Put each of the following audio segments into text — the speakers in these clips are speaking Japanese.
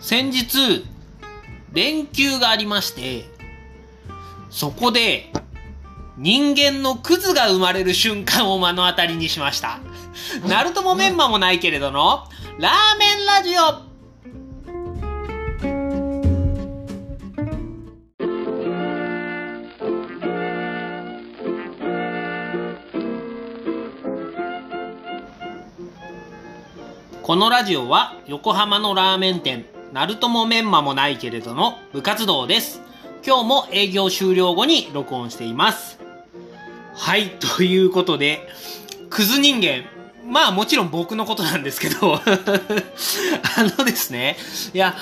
先日、連休がありまして、そこで、人間のクズが生まれる瞬間を目の当たりにしました。ナルトもメンマもないけれどの、ラーメンラジオ。このラジオは横浜のラーメン店、ナルトもメンマもないけれどの部活動です。今日も営業終了後に録音しています。はい、ということで、クズ人間、まあもちろん僕のことなんですけど、ですね、いや、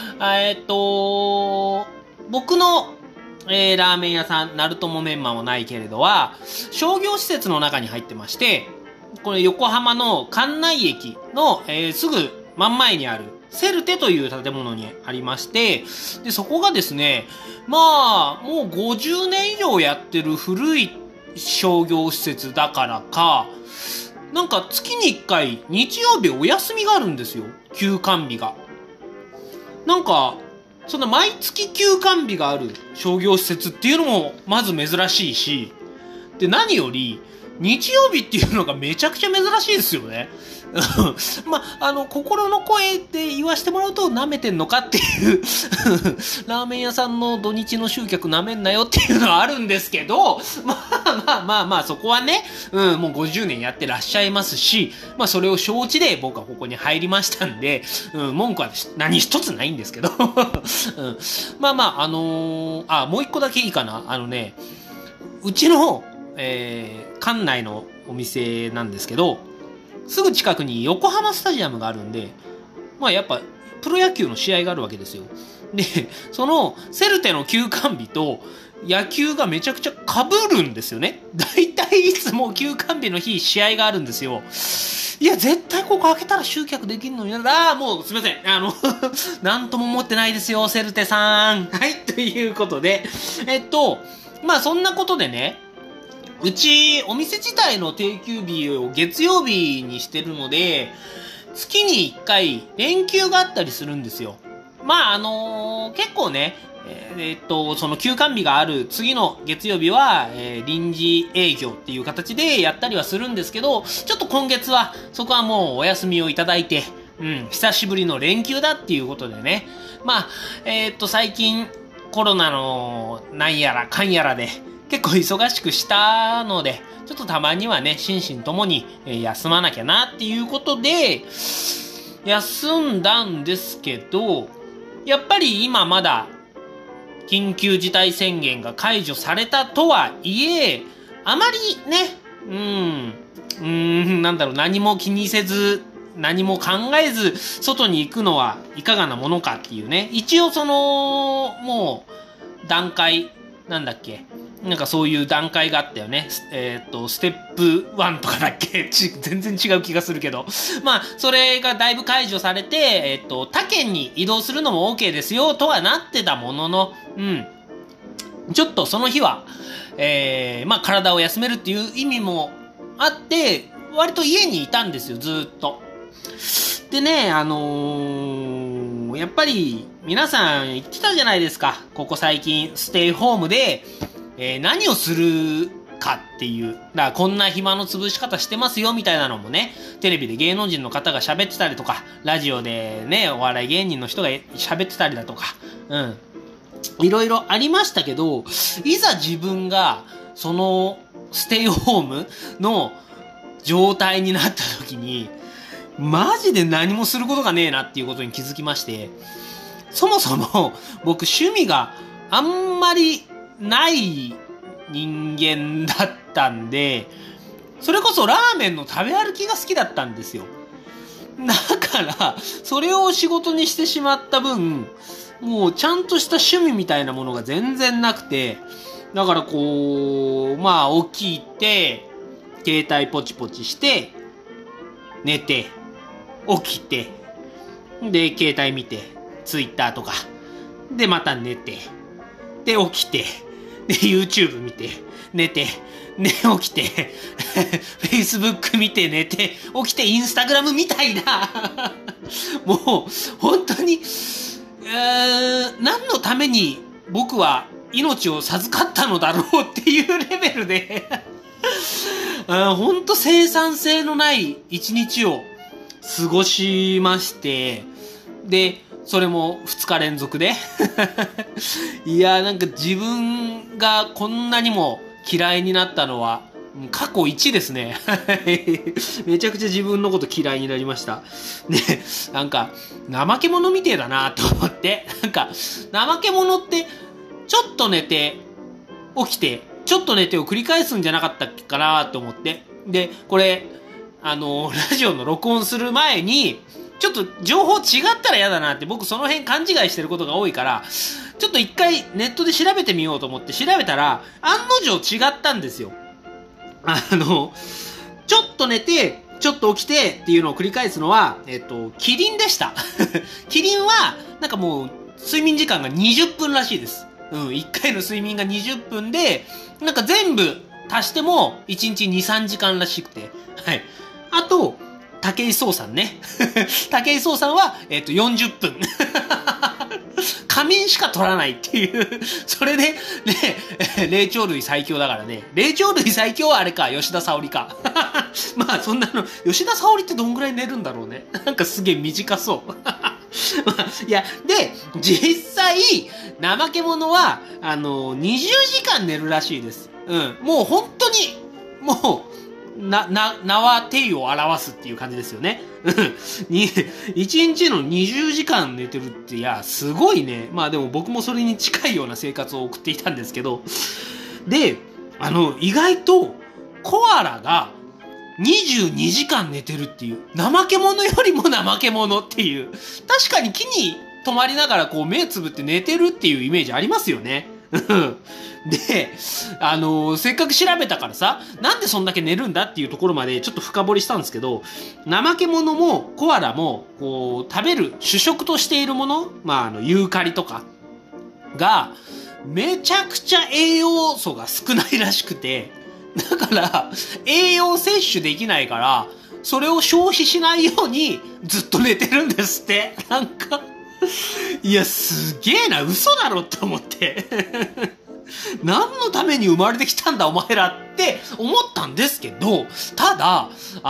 僕の、ラーメン屋さん、ナルトもメンマもないけれどは、商業施設の中に入ってまして、これ横浜の関内駅の、すぐ真ん前にあるセルテという建物にありまして、で、そこがですね、まあ、もう50年以上やってる古い商業施設だからか、なんか月に1回日曜日お休みがあるんですよ。休館日が。なんか、そんな毎月休館日がある商業施設っていうのもまず珍しいし、で、何より、日曜日っていうのがめちゃくちゃ珍しいですよね。まあ、心の声で言わしてもらうと舐めてんのかっていうラーメン屋さんの土日の集客舐めんなよっていうのはあるんですけど、まあ、そこはね、もう50年やってらっしゃいますし、まあ、それを承知で僕はここに入りましたんで、文句は何一つないんですけど、もう一個だけいいかな。うちの、館内のお店なんですけど、すぐ近くに横浜スタジアムがあるんで、まあやっぱプロ野球の試合があるわけですよ。で、そのセルテの休館日と野球がめちゃくちゃ被るんですよね。だいたいいつも休館日の日試合があるんですよ。いや、絶対ここ開けたら集客できるのにな。もうすみません。なんとも思ってないですよ、セルテさん。はい、ということで。まあそんなことでね、うち、お店自体の定休日を月曜日にしてるので、月に1回連休があったりするんですよ。まあ、結構ね、その休館日がある次の月曜日は、臨時営業っていう形でやったりはするんですけど、ちょっと今月は、そこはもうお休みをいただいて、久しぶりの連休だっていうことでね。まあ、最近コロナのなんやらかんやらで、結構忙しくしたので、ちょっとたまにはね、心身ともに休まなきゃなっていうことで、休んだんですけど、やっぱり今まだ緊急事態宣言が解除されたとはいえ、あまりね、何も気にせず、何も考えず、外に行くのはいかがなものかっていうね。一応もう、段階、なんかそういう段階があったよね。ステップ1とかだっけ全然違う気がするけど。まあ、それがだいぶ解除されて、他県に移動するのも OK ですよ、とはなってたものの、ちょっとその日は、まあ、体を休めるっていう意味もあって、割と家にいたんですよ、ずーっと。でね、やっぱり、皆さん言ってたじゃないですか。ここ最近、ステイホームで、何をするかっていう。だからこんな暇の潰し方してますよみたいなのもね、テレビで芸能人の方が喋ってたりとか、ラジオでね、お笑い芸人の人が喋ってたりだとか、いろいろありましたけど、いざ自分が、その、ステイホームの状態になった時に、マジで何もすることがねえなっていうことに気づきまして、そもそも僕趣味があんまりない人間だったんで、それこそラーメンの食べ歩きが好きだったんですよ。だから、それを仕事にしてしまった分、もうちゃんとした趣味みたいなものが全然なくて、だからこう、まあ起きて、携帯ポチポチして、寝て、起きて、で、携帯見て、ツイッターとか、で、また寝て、で、起きて、で、YouTube 見て、寝て、で、起きて、Facebook 見て寝て、起きて Instagram みたいな、もう、本当に、 何のために僕は命を授かったのだろうっていうレベルでほんと生産性のない一日を過ごしまして、で、それも2日連続でいや、なんか自分がこんなにも嫌いになったのは過去1ですね。めちゃくちゃ自分のこと嫌いになりました。ね、なんか、怠け者みてえだなと思って。なんか、怠け者って、ちょっと寝て、起きて、ちょっと寝てを繰り返すんじゃなかったっけかなと思って。で、これ、ラジオの録音する前に、ちょっと情報違ったら嫌だなって僕その辺勘違いしてることが多いから、ちょっと一回ネットで調べてみようと思って調べたら、案の定違ったんですよ。ちょっと寝て、ちょっと起きてっていうのを繰り返すのは、キリンでした。キリンは、なんかもう、睡眠時間が20分らしいです。1回の睡眠が20分で、なんか全部足しても1日2、3時間らしくて。はい。あと、武井壮さんね。武井壮さんは、40分。仮眠しか取らないっていう。それで、ね、霊長類最強だからね。霊長類最強はあれか、吉田沙保里か。まあ、そんなの、吉田沙保里ってどんぐらい寝るんだろうね。なんかすげえ短そう。いや、で、実際、怠け者は、20時間寝るらしいです。もう本当に、もう、名は定を表すっていう感じですよね。1日の20時間寝てるって、いや、すごいね。まあでも僕もそれに近いような生活を送っていたんですけど。で、意外と、コアラが22時間寝てるっていう。怠け者よりも怠け者っていう。確かに木に止まりながらこう目つぶって寝てるっていうイメージありますよね。で、せっかく調べたからさ、なんでそんだけ寝るんだっていうところまでちょっと深掘りしたんですけど、怠け者もコアラも、こう、食べる主食としているもの、まあ、ユーカリとかが、めちゃくちゃ栄養素が少ないらしくて、だから、栄養摂取できないから、それを消費しないようにずっと寝てるんですって。なんか、いや、すげえな、嘘だろって思って。何のために生まれてきたんだお前らって思ったんですけど、ただ、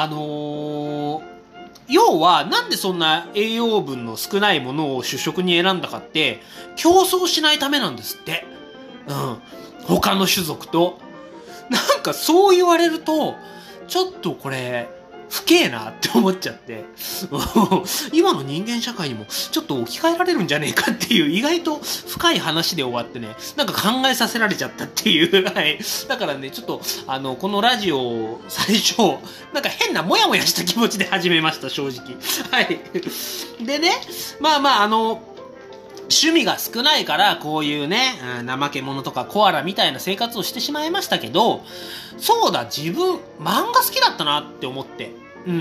要はなんでそんな栄養分の少ないものを主食に選んだかって、競争しないためなんですって。他の種族と。なんかそう言われると、ちょっとこれ、不敬なって思っちゃって。今の人間社会にもちょっと置き換えられるんじゃねえかっていう意外と深い話で終わってね、なんか考えさせられちゃったっていう。はい。だからね、ちょっと、このラジオを最初、なんか変なモヤモヤした気持ちで始めました、正直。はい。でね、まあまあ、趣味が少ないから、こういうね、怠け者とかコアラみたいな生活をしてしまいましたけど、そうだ、自分、漫画好きだったなって思って。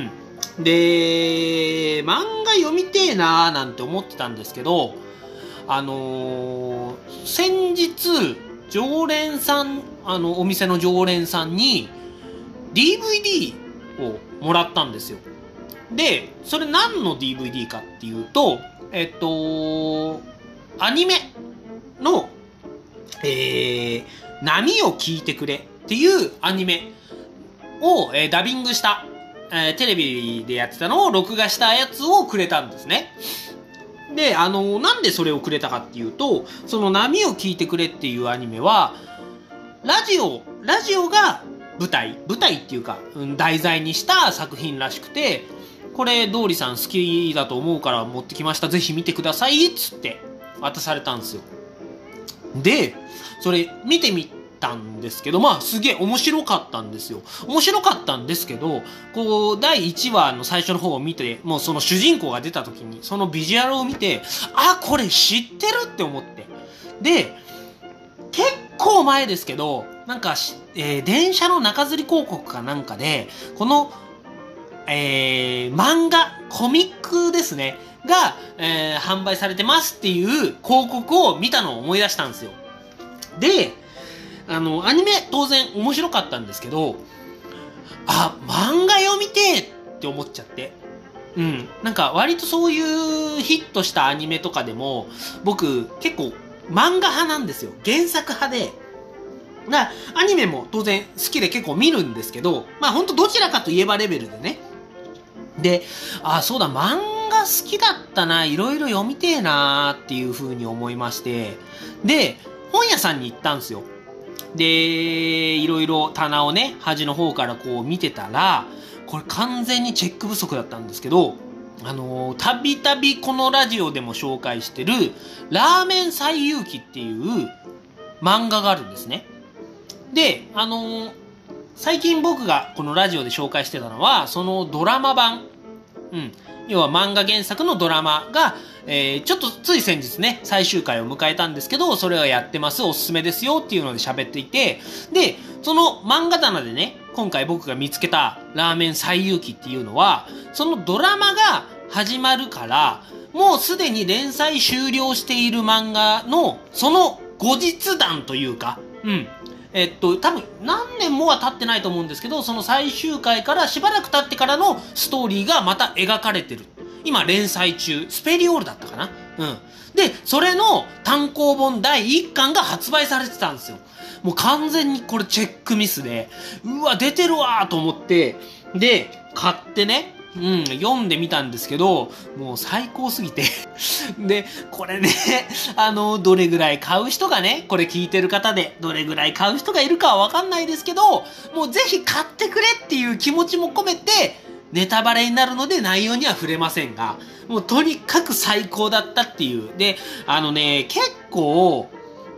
で、漫画読みてえなーなんて思ってたんですけど、先日、常連さん、お店の常連さんに、DVD をもらったんですよ。で、それ何の DVD かっていうと、アニメの、波を聞いてくれっていうアニメを、ダビングした、テレビでやってたのを録画したやつをくれたんですね。で、なんでそれをくれたかっていうと、その波を聞いてくれっていうアニメは、ラジオが舞台っていうか、題材にした作品らしくて、これ、道理さん好きだと思うから持ってきました。ぜひ見てください。つって渡されたんですよ。で、それ見てみたんですけど、まあすげえ面白かったんですよ。面白かったんですけど、こう、第1話の最初の方を見て、もうその主人公が出た時に、そのビジュアルを見て、あ、これ知ってるって思って。で、結構前ですけど、なんか、電車の中吊り広告かなんかで、この、漫画、コミックですね、が、販売されてますっていう広告を見たのを思い出したんですよ。で、アニメ当然面白かったんですけど、あ、漫画読みてーって思っちゃって。 うん。なんか割とそういうヒットしたアニメとかでも、僕結構漫画派なんですよ。原作派で。アニメも当然好きで結構見るんですけど、まあほんとどちらかといえばレベルでね。で、そうだ、漫画好きだったな、いろいろ読みてえなっていう風に思いまして、で、本屋さんに行ったんですよ。で、いろいろ棚をね、端の方からこう見てたら、これ完全にチェック不足だったんですけど、たびたびこのラジオでも紹介してる、ラーメン最遊記っていう漫画があるんですね。で、最近僕がこのラジオで紹介してたのは、そのドラマ版。うん。要は漫画原作のドラマが、ちょっとつい先日ね、最終回を迎えたんですけど、それはやってます、おすすめですよっていうので喋っていて、で、その漫画棚でね、今回僕が見つけたラーメン最遊記っていうのは、そのドラマが始まるから、もうすでに連載終了している漫画の、その後日談というか、うん。多分何年もは経ってないと思うんですけど、その最終回からしばらく経ってからのストーリーがまた描かれてる。今連載中、スペリオールだったかな。うん。で、それの単行本第1巻が発売されてたんですよ。もう完全にこれチェックミスで、うわ、出てるわーと思って、で、買ってね、読んでみたんですけど、もう最高すぎて。で、これね、どれぐらい買う人がね、これ聞いてる方で、どれぐらい買う人がいるかはわかんないですけど、もうぜひ買ってくれっていう気持ちも込めて、ネタバレになるので内容には触れませんが、もうとにかく最高だったっていう。で、結構、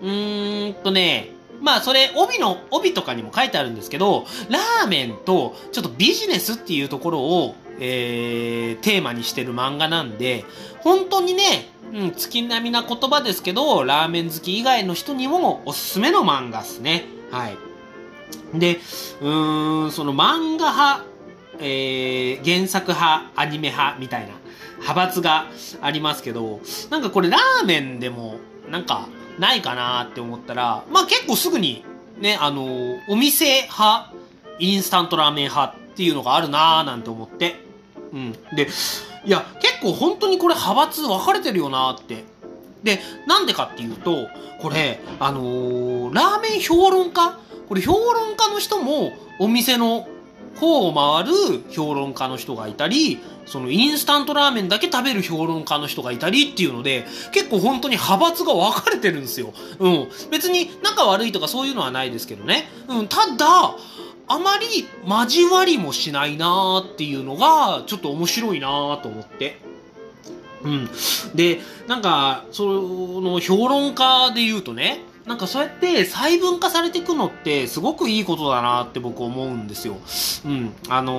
まあそれ帯とかにも書いてあるんですけど、ラーメンとちょっとビジネスっていうところを、テーマにしてる漫画なんで、本当にね、月並みな言葉ですけど、ラーメン好き以外の人にもおすすめの漫画っすね。はい。で、その漫画派、原作派、アニメ派みたいな派閥がありますけど、なんかこれラーメンでもなんかないかなって思ったら、まあ結構すぐにね、お店派、インスタントラーメン派っていうのがあるなーなんて思って。うん。で、いや、結構本当にこれ派閥分かれてるよなーって。で、なんでかっていうと、これ、ラーメン評論家これ評論家の人もお店の方を回る評論家の人がいたり、そのインスタントラーメンだけ食べる評論家の人がいたりっていうので、結構本当に派閥が分かれてるんですよ。うん。別に仲悪いとかそういうのはないですけどね。うん。ただ、あまり交わりもしないなーっていうのが、ちょっと面白いなーと思って。うん。で、なんか、その評論家で言うとね、なんかそうやって細分化されていくのってすごくいいことだなって僕思うんですよ。うん。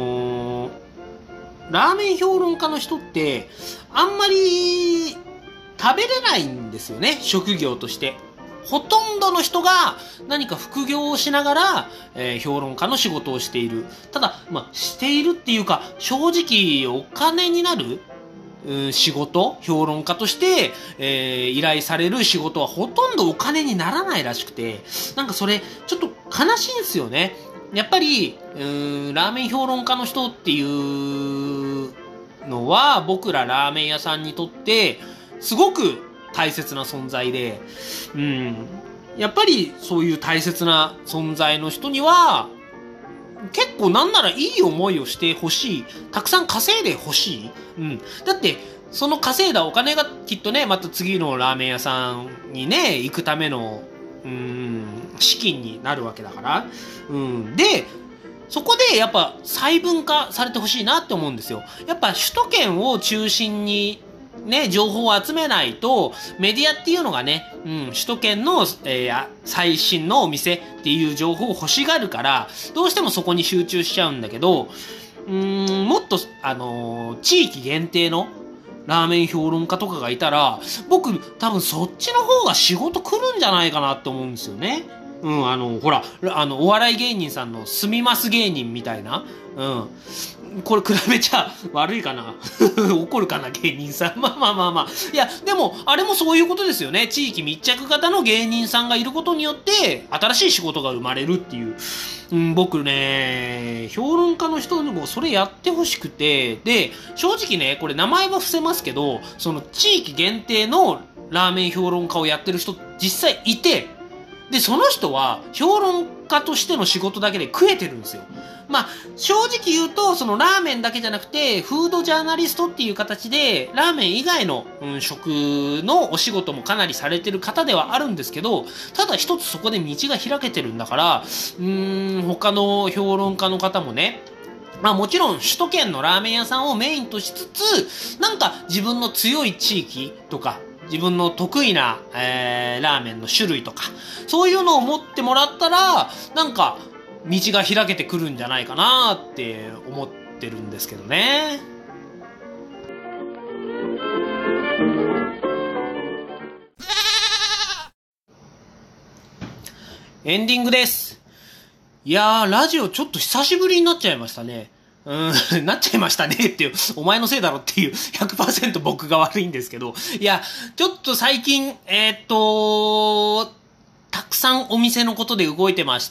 ラーメン評論家の人ってあんまり食べれないんですよね、職業として。ほとんどの人が何か副業をしながら、評論家の仕事をしている。ただ、まあ、しているっていうか、正直お金になる仕事、評論家として、依頼される仕事はほとんどお金にならないらしくて、なんかそれ、ちょっと悲しいんですよね。やっぱり、ラーメン評論家の人っていうのは、僕らラーメン屋さんにとって、すごく大切な存在で、やっぱりそういう大切な存在の人には、結構なんならいい思いをしてほしい。たくさん稼いでほしい。だって、その稼いだお金がきっとね、また次のラーメン屋さんにね、行くための、資金になるわけだから。で、そこでやっぱ細分化されてほしいなって思うんですよ。やっぱ首都圏を中心にね、情報を集めないと、メディアっていうのがね、首都圏の、最新のお店っていう情報を欲しがるから、どうしてもそこに集中しちゃうんだけど、もっと、地域限定のラーメン評論家とかがいたら、僕、多分そっちの方が仕事来るんじゃないかなって思うんですよね。 ほら、お笑い芸人さんの住みます芸人みたいな。これ比べちゃ悪いかな怒るかな芸人さん。まあ。いや、でも、あれもそういうことですよね。地域密着型の芸人さんがいることによって、新しい仕事が生まれるっていう。僕ね、評論家の人にもそれやってほしくて、で、正直ね、これ名前は伏せますけど、その地域限定のラーメン評論家をやってる人実際いて、で、その人は評論家としての仕事だけで食えてるんですよ。まあ、正直言うと、そのラーメンだけじゃなくて、フードジャーナリストっていう形で、ラーメン以外の、食のお仕事もかなりされてる方ではあるんですけど、ただ一つそこで道が開けてるんだから、他の評論家の方もね、まあもちろん首都圏のラーメン屋さんをメインとしつつ、なんか自分の強い地域とか、自分の得意な、ラーメンの種類とか、そういうのを持ってもらったら、なんか、道が開けてくるんじゃないかなって思ってるんですけどね。エンディングです。いやー、ラジオちょっと久しぶりになっちゃいましたね。なっちゃいましたねっていう、お前のせいだろっていう、100% 僕が悪いんですけど、いや、ちょっと最近、たくさんお店のことで動いてまして、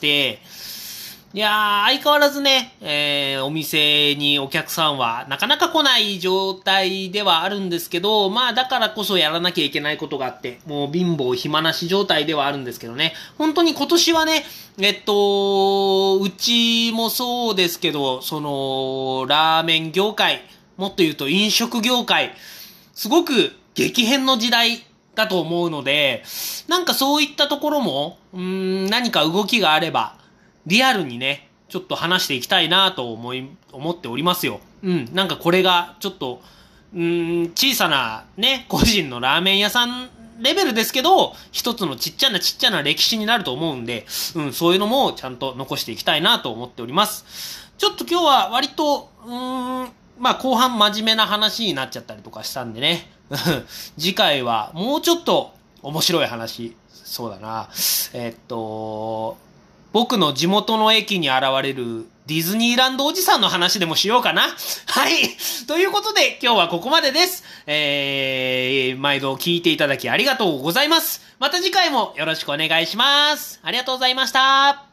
いやー、相変わらずね、お店にお客さんはなかなか来ない状態ではあるんですけど、まあだからこそやらなきゃいけないことがあって、もう貧乏暇なし状態ではあるんですけどね、本当に今年はね、うちもそうですけど、その、ラーメン業界、もっと言うと飲食業界、すごく激変の時代だと思うので、なんかそういったところも、何か動きがあれば、リアルにね、ちょっと話していきたいなと思っておりますよ。なんかこれが、ちょっと、小さなね、個人のラーメン屋さんレベルですけど、一つのちっちゃな歴史になると思うんで、そういうのもちゃんと残していきたいなと思っております。ちょっと今日は割と、まあ後半真面目な話になっちゃったりとかしたんでね、次回はもうちょっと面白い話、そうだな、僕の地元の駅に現れるディズニーランドおじさんの話でもしようかな。はい。ということで今日はここまでです。毎度聞いていただきありがとうございます。また次回もよろしくお願いします。ありがとうございました。